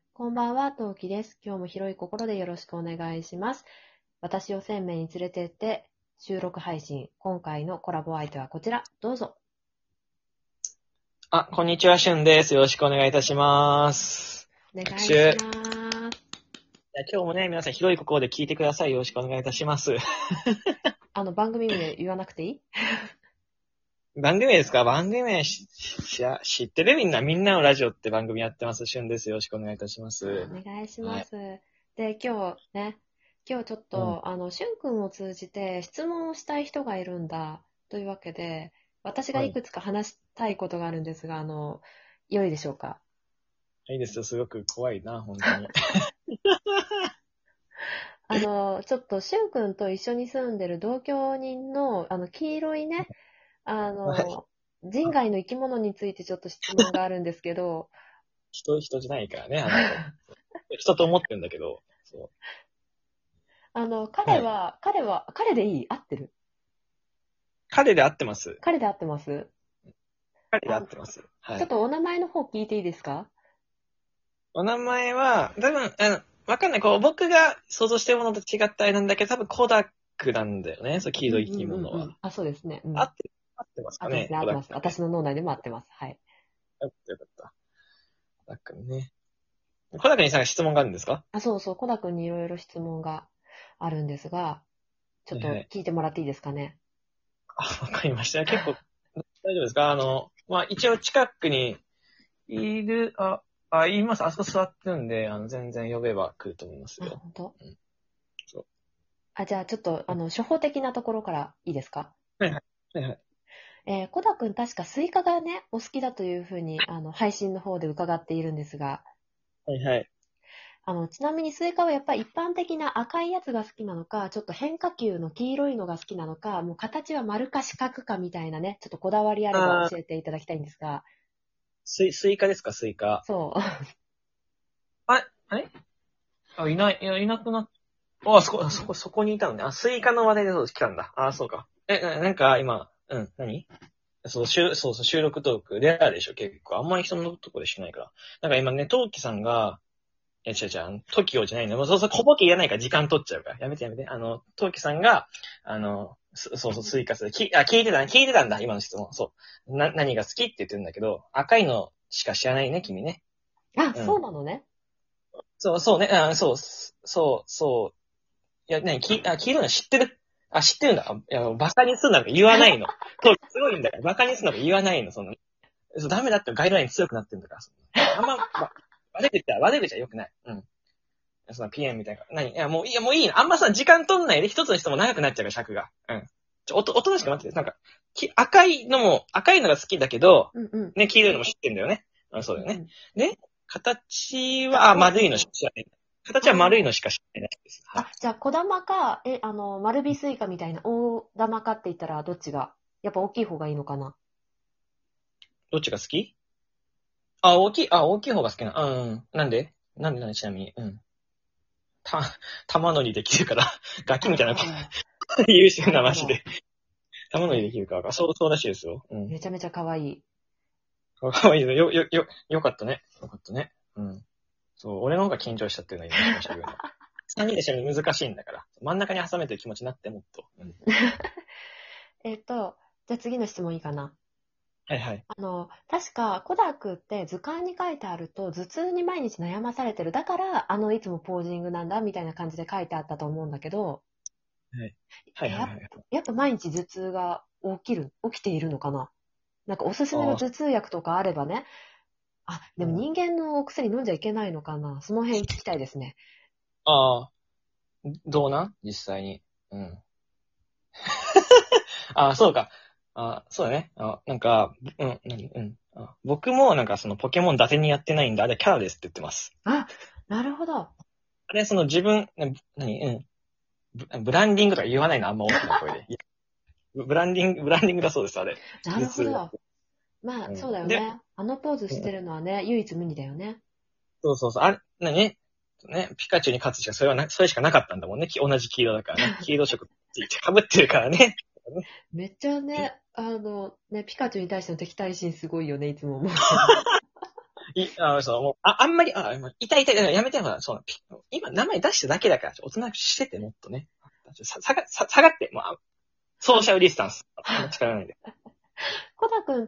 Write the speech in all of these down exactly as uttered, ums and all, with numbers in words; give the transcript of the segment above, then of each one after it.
こんばんは、トウキです。今日も広い心でよろしくお願いします。私を鮮明に連れてって収録配信。今回のコラボ相手はこちら。どうぞ。 あ、こんにちは、しゅんです。よろしくお願いいたします。 お願いし拍手。います。 や今日もね、皆さん広い心で聞いてください。よろしくお願いいたします。 あの、番組名言わなくていい？ 番組名ですか？番組名ししや知ってるみんな、みんなのラジオって番組やってます。しゅんです。よろしくお願いいたします。 お願いしはい。 ます。で、今日ね、今日ちょっうん。 と、あの、しゅんくんを通じて質問をしたい人がいるんだ。というわけで、私がはい。 いくつか話したいことがあるんですが、あの、良いでしょうか？ いいですよ。すごく怖いな、本当に。 あの、ちょっと、しゅんくんと一緒に住んでる同居人の、あの、黄色いね、あはい。 の、人外の生き物についてちょっと質問があるんですけど、 人、人じゃないからね、あの子。人と思ってるんだけど。そう。 あの、 はい。 彼は、彼は、彼でいい？合ってる？ 彼で合ってます。 彼で合ってます？ 彼で合あ、 ってます。はい。 ちょっとお名前の方聞いていいですか？ お名前は、多分、あの、わかんない。こう、僕が想像してるものと違ったあれなんだけど、多分コダックなんだよね。そう、黄色い生うんうんき物は。 うんうん。あ、そうですね。うん。 合って、合ってますかね、 合ってますね、合っコダックてます。私ね。 の脳内でも合ってます。はい。 合ってよかった。コダックね。コダックにさん質問があるんですか？ あ、そうそう、コダ君にいろいろ質問があるんですが、ちょっはいはい。 と聞いてもらっていいですかね。 あ、わかりました。結構、大丈夫ですか？あの、まあ、一応近くにいる、あ、あ、言います。あそこ座ってるんで、あの、全然呼べば来ると思いますあ、 よ。 本当？ うん、そう。 あ、じゃあちょっと、あの、初歩的なところからいいですか？ はいはい。はいはい。 えー、コダ君確かスイカがね、お好きだというふうに、あの、配信の方で伺っているんですが、 はいはい。 あの、ちなみにスイカはやっぱり一般的な赤いやつが好きなのか、ちょっと変化球の黄色いのが好きなのか、もう形は丸か四角かみたいなね、ちょっとこだわりあればあー、 教えていただきたいんですが、 スイ、スイカですか、スイカ。 そう。 あ、あれあ、いない、いや、いなくなっあ、そこ、そこ、そこにいたのね。あ、スイカの話題でそう来たんだ。あ、そうか。え、な、なんか今、うん、何そう、収、そうそう、収録トーク、レアでしょ、結構。あんまり人のとこでしないから。なんか今ね、トウキさんが、いや、違う違う、トキオじゃないの。もうそうそう、小ボケ言わないから時間取っちゃうから。やめてやめて。あの、トウキさんが、あの、そそうそう、スイカスで、き、あ、聞いてた、聞いてたんだ、今の質問。そう。な、何が好きって言ってるんだけど、赤いのしか知らないね、君ね。 あ、 うん。 そうなのね。 そう、そうね、あ、そう、そう、そう、いや、なに、き、あ、黄色いの知ってる？あ、知ってるんだ。あいや、バカにすんなとか言わないの。そう、すごいんだよ。バカにすんなとか言わないの、その、そう、ダメだってガイドライン強くなってんだから。そのあんま、ま、悪口は、悪口は良くない。うん。その ピーエム みたいな。何いや、もういいや、もういいの。あんまさ、時間取んないで、一つの人も長くなっちゃうから、尺が。うん。ちょ、おと、おとなしく待ってて。なんか、き、赤いのも、赤いのが好きだけど、 うんうん。 ね、黄色いのも知ってんだよね。うん、そうだよね。 うんうん。 で、形じゃあ、 は、あ、 こ、 丸いのしか知らない。形は丸いあのしか知らないです。はあ、あ、 い。 じゃあ、小玉か、え、あの、丸ビスイカみたいな大玉かって言ったら、どっちが、やっぱ大きい方がいいのかな？ どっちが好き？あ、大きい、あ、大きい方が好きな。うん。なんでなんでなんでちなみに。うん。た、玉乗りできるから。ガキなみたいなるほど。 優秀なるほど。 なマジで。玉乗りでえ、 きるから。そう、そうらしいですよ。うん。 めちゃめちゃ可愛い。 かわいいね。よ、よ、よ、よかったね。よかったね。うん。そう、俺の方が緊張したっていうのは今しましたけど。三人でしゃべるの難しいんだから。真ん中に挟めてる気持ちになってもっと。うん。 えっと、じゃあ次の質問いいかな。 はいはい。 あの、確か、コダクって図鑑に書いてあると、頭痛に毎日悩まされてる。だから、あの、いつもポージングなんだ、みたいな感じで書いてあったと思うんだけど、 はい。はいえ、やっはいはい。 やっぱ毎日頭痛が起きる、起きているのかな？なんかおすすめのあ頭痛薬とかあればね。あ、でもあ、 人間のお薬飲んじゃいけないのかな？その辺聞きたいですね。 ああ、どうなん実際に。うん。あ、そうか。あ、そうだね。あ、なんか、うん、何うん。あ、僕もなんかそのポケモン伊達にやってないんで、あれキャラですって言ってます。 あ、なるほど。 あれその自分、な何うん。ブブランディングとか言わないのあんま大きな声で。いやブブランディング、ブランディングだそうです、あれ。 な頭痛が。 るほど。まあ、 うん。で、 そうだよね。あのポーズうんしてるのはね、唯一無二だよね。 そうそうそう。あれ、何ね、ね、ピカチュウに勝つしか、それはな、それしかなかったんだもんね。き同じ黄色だからね。黄色色ついて被ってるからね。 めっちゃね、あの、ね、ピカチュウに対しての敵対心すごいよね、いつも思うけど。 い、あ、そう、もう、あ、あんまり、あ、痛い痛い、やめてよ、ほら、そう、ピ今、名前出しただけだから、おとなしくしてて、もっとね。さ、下が、さ下がって、もう、ソーシャルディスタンス。あんま力ないんで。 コダ君って、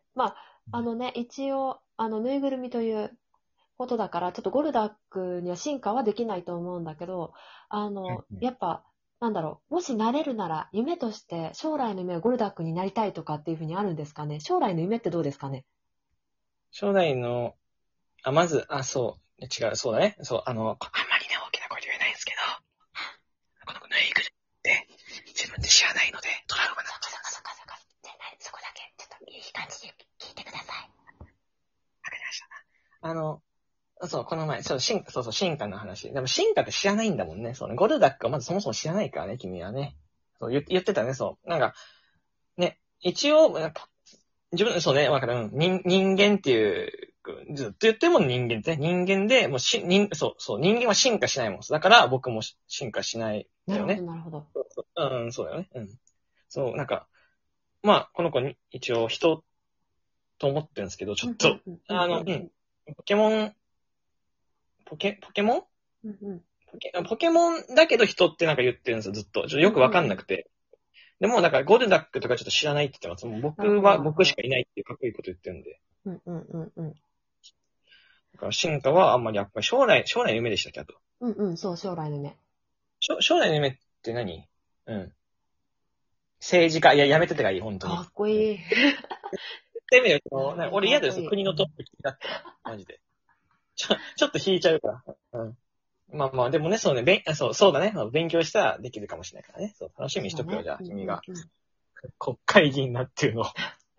まあ、あのね、一応、あの、ぬいぐるみということだから、ちょっとゴルダックには進化はできないと思うんだけど、あの、 うんうんやっぱ、なんだろう、もしなれるなら、夢として将来の夢はゴルダックになりたいとかっていうふうにあるんですかね。将来の夢ってどうですかね。 将来の、あ、まず、あ、そう、違う、そうだね。そう、あの、あんまりね、大きな声で言えないんですけど、このぬいぐるみって自分で知らないので、トラウマなんです。 そこそこそこ。じゃあ、そこだけ、ちょっといい感じで聞いてください。 わかりました。あの、そう、この前、そう、進化、そうそう、進化の話。でも進化って知らないんだもんね。そうね、ゴルダックはまずそもそも知らないからね、君はね。そう言言ってたね、そう。なんか、ね、一応、自分、そうね、わかる。うん人、人間っていう、ずっと言ってるもん人間ってね。人間で、もうし、人、そう、そう、人間は進化しないもん。だから僕も進化しないんだなるほど、 よね。 なるほど。 そうそう、うん、そうだよね。うん。そう、なんか、まあ、この子に一応人と思ってるんですけど、ちょっと、 うんうんうんあの、うん、ポケモン、ポケ、ポケモンうんうんポケ、ポケモンだけど人ってなんか言ってるんですよ、ずっと。ちょっとよくわかんなくて。でも、だからゴルダックとかちょっと知らないって言ってます。もう僕なるほど、 はなるほど。 僕しかいないっていうかっこいいこと言ってるんで。 うんうんうんうん。 だから進化はあんまりやっぱり将来、将来の夢でしたっけ、あと。 うんうん、そう、将来の夢。 将将来の夢って何？うん。政治家。いや、やめててがいい、本当に。 かっこうん。 いい。 って意味で、その、ななるほど、 俺嫌ですよ、 かっこいい。 国のトップだったら。マジで。ちょ、ちょっと引いちゃうから。うん。まあまあ、でもね、そうね、勉、そう、そうだね。勉強したらできるかもしれないからね。そう、楽しみにしとくよ、 そうだね。 じゃあ、 うん君が。 うんうん。 国会議員になっていうのを。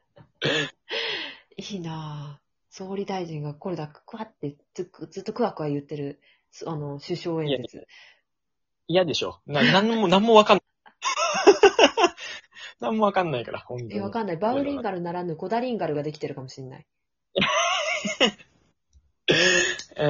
いいなぁ。総理大臣がこれだ、クワってずっとずっとクワクワ言ってる、あの、首相いや、 演説。 嫌でしょ。な、なんも、なんもわかんない。なんもわかんないから、本当え、わに。 かんない。バウ嫌だな。 リンガルならぬコダリンガルができてるかもしれない。 うん、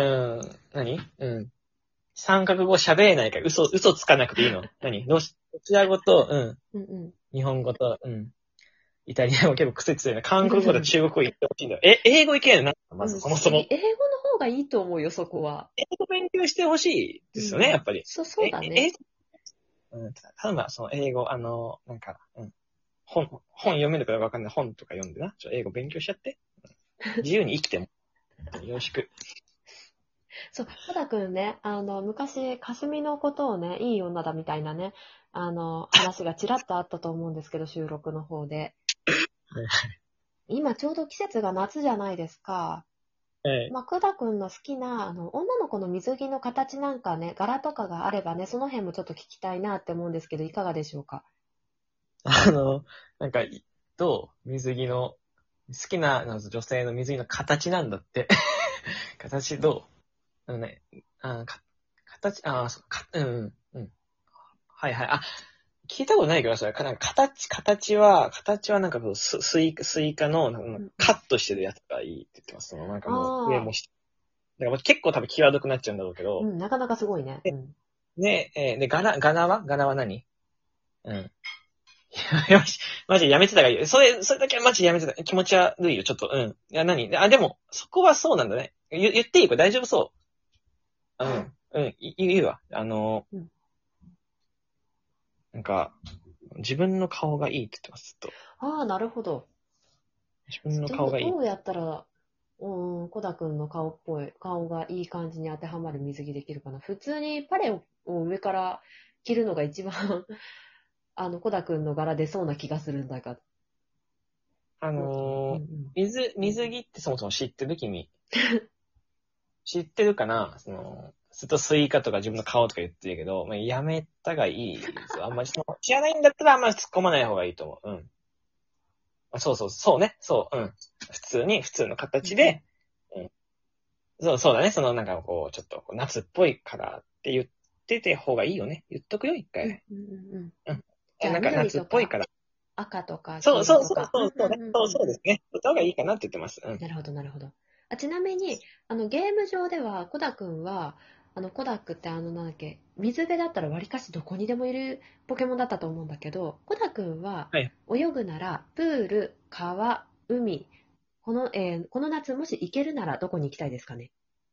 何うん。三角語喋れないから、嘘、嘘つかなくていいの。何ロシ、ロシア語と、うん。 うんうん。 日本語と、うん。イタリア語結構癖強いな。韓国語と中国語言ってほしいんだよ。え、英語いけないのな、まず、 うん、 そもそも。 英語の方がいいと思うよ、そこは。 英語勉強してほしいですよね、 うん。 やっぱり。 そ、そうえ、 だね。 え、うん、頼むわ、その英語、あの、なんか、うん。本、本読めるかわかんない本とか読んでな。ちょ、英語勉強しちゃって。自由に生きても。よろしく。 そう、コダくんね、あの、昔、かすみのことをね、いい女だみたいなね、あの、話がちらっとあったと思うんですけど、収録の方で。今ちょうど季節が夏じゃないですか。 はい。 まあ、くだくんの好きな、あの、女の子の水着の形なんかね、柄とかがあればね、その辺もちょっと聞きたいなって思うんですけど、いかがでしょうか。 あの、なんか、どう水着の、好きななんか女性の水着の形なんだって。形どうあのね、あか形、あそうか、うん、うん。はいはい。あ、聞いたことないけど、それ、かなんか形、形は、形はなんかこう、ススイカ、スイカの、なんかうんうん、 カットしてるやつがいいって言ってます。その、なんかもう、上ああ、 も下。だからもう結構多分際どくなっちゃうんだろうけど、 うん、なかなかすごいね。うん。 ね、えーで、柄、柄は柄は何？うん。よし、マジでやめてたがいいよ。それ、それだけはマジでやめてた。気持ち悪いよ、ちょっと。うん。いや、何あ、でも、そこはそうなんだね。言、言っていい？これ大丈夫そう。うん。うん、いいいわ。あの、 うん、 なんか、自分の顔がいいって言ってます、ずっと。 ああ、なるほど。 自分のどう、 顔がいい。 どうやったら、うん、コダくんの顔っぽい、顔がいい感じに当てはまる水着できるかな。普通にパレを上から着るのが一番あの、コダくんの柄出そうな気がするんだが。 あうんうのーん水、水着ってそもそも知ってる君。知ってるかなその、ずっとスイカとか自分の顔とか言ってるけど、まあ、やめたがいいですよ。あんまりその、知らないんだったらあんまり突っ込まない方がいいと思う。うん。あそうそう、そうね。そう、うん。普通に、普通の形で、うん。そう、そうだね。その、なんかこう、ちょっとこう夏っぽいからって言ってて方がいいよね。言っとくよ、一回。 うんうんうんうん。 うん。 じゃあ、 なんか緑とか夏っぽいから。 赤とか黄そうそうそう色とか。 そうそうね。 うんうんそううんうん。 そうですね。言った方がいいかなって言ってます。うん。 なるほど、なるほど。あ、ちなみに、あの、ゲーム上では、コダくんは、あの、コダックってあの、なんだっけ、水辺だったらわりかしどこにでもいるポケモンだったと思うんだけど、コダくんは、 はい。 泳ぐなら、プール、川、海、 この、えーこの夏もし行けるならどこに行きたいですかね？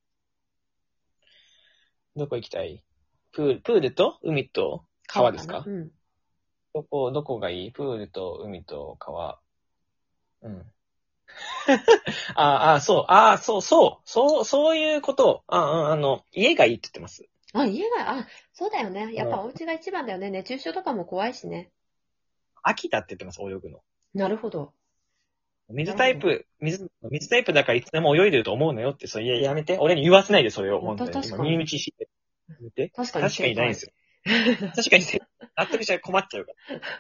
どこ行きたい？プール、プールと海と川ですか？ うん。 どこ、どこがいい？プールと海と川。うん。ああ、そう、ああ、そう、そう、そう、そういうことを、ああ、あの、家がいいって言ってます。 あ、家が、あ、そうだよね。やっぱあの、 お家が一番だよね。熱中症とかも怖いしね。 秋だって言ってます、泳ぐの。 なるほど。な水るほど。 タイプ、水、水タイプだからいつでも泳いでると思うのよって、そう、いや、やめて。俺に言わせないで、それを、本当に。今、 た確かに。 耳打ちして。やめて。 確かに確か正解。 にないんですよ。確かにせ、納得しちゃ困っちゃうから。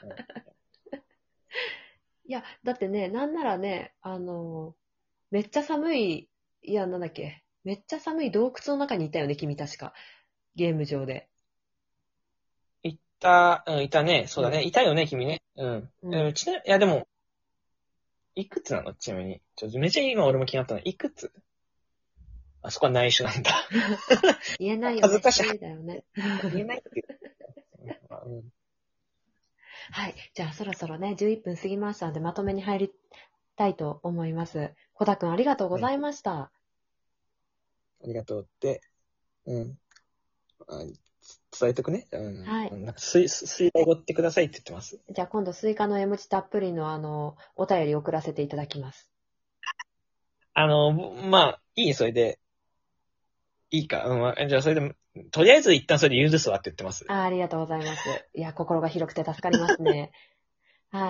うんいや、だってね、なんならね、あの、めっちゃ寒い、いや、なんだっけ。めっちゃ寒い洞窟の中にいたよね、君確か。ゲーム上で。 いた、うん、いたね。そうだね。 うん。 いたよね、君ね。うん。 うん。 うん、ちな、いや、でも、いくつなのちなみに。ちょっとめっちゃ今俺も気になったの。いくつ？あそこは内緒なんだ。 言えないよね。 恥ずかしい。 一人だよね。 言えないっていう。うん、 はい。じゃあそろそろね、じゅういっぷん過ぎましたので、まとめに入りたいと思います。小田くんありがとうごはい。 ざいました。 ありがとうって。うん。あ、伝えとくね。うん。 はい。 なんか、水、水をおごってくださいって言ってます。 じゃあ今度スイカの絵文字たっぷりのあの、お便り送らせていただきます。 あの、まあ、いい、それで。いいか。うん、まあじゃあ、それで、とりあえず一旦それで許すわって言ってます。 あ、ありがとうございます。いや、心が広くて助かりますね。はい。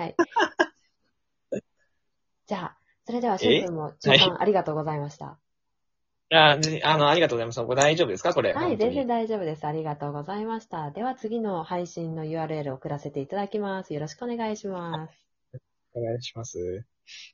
じゃあ、それではしゅんえくんも中はい。 間ありがとうございました。 あ、であの、ありがとうございます。これ大丈夫ですかこれ、 はい、全然本当に。 大丈夫です。ありがとうございました。では次の配信の ユーアールエル を送らせていただきます。よろしくお願いします。 お願いします。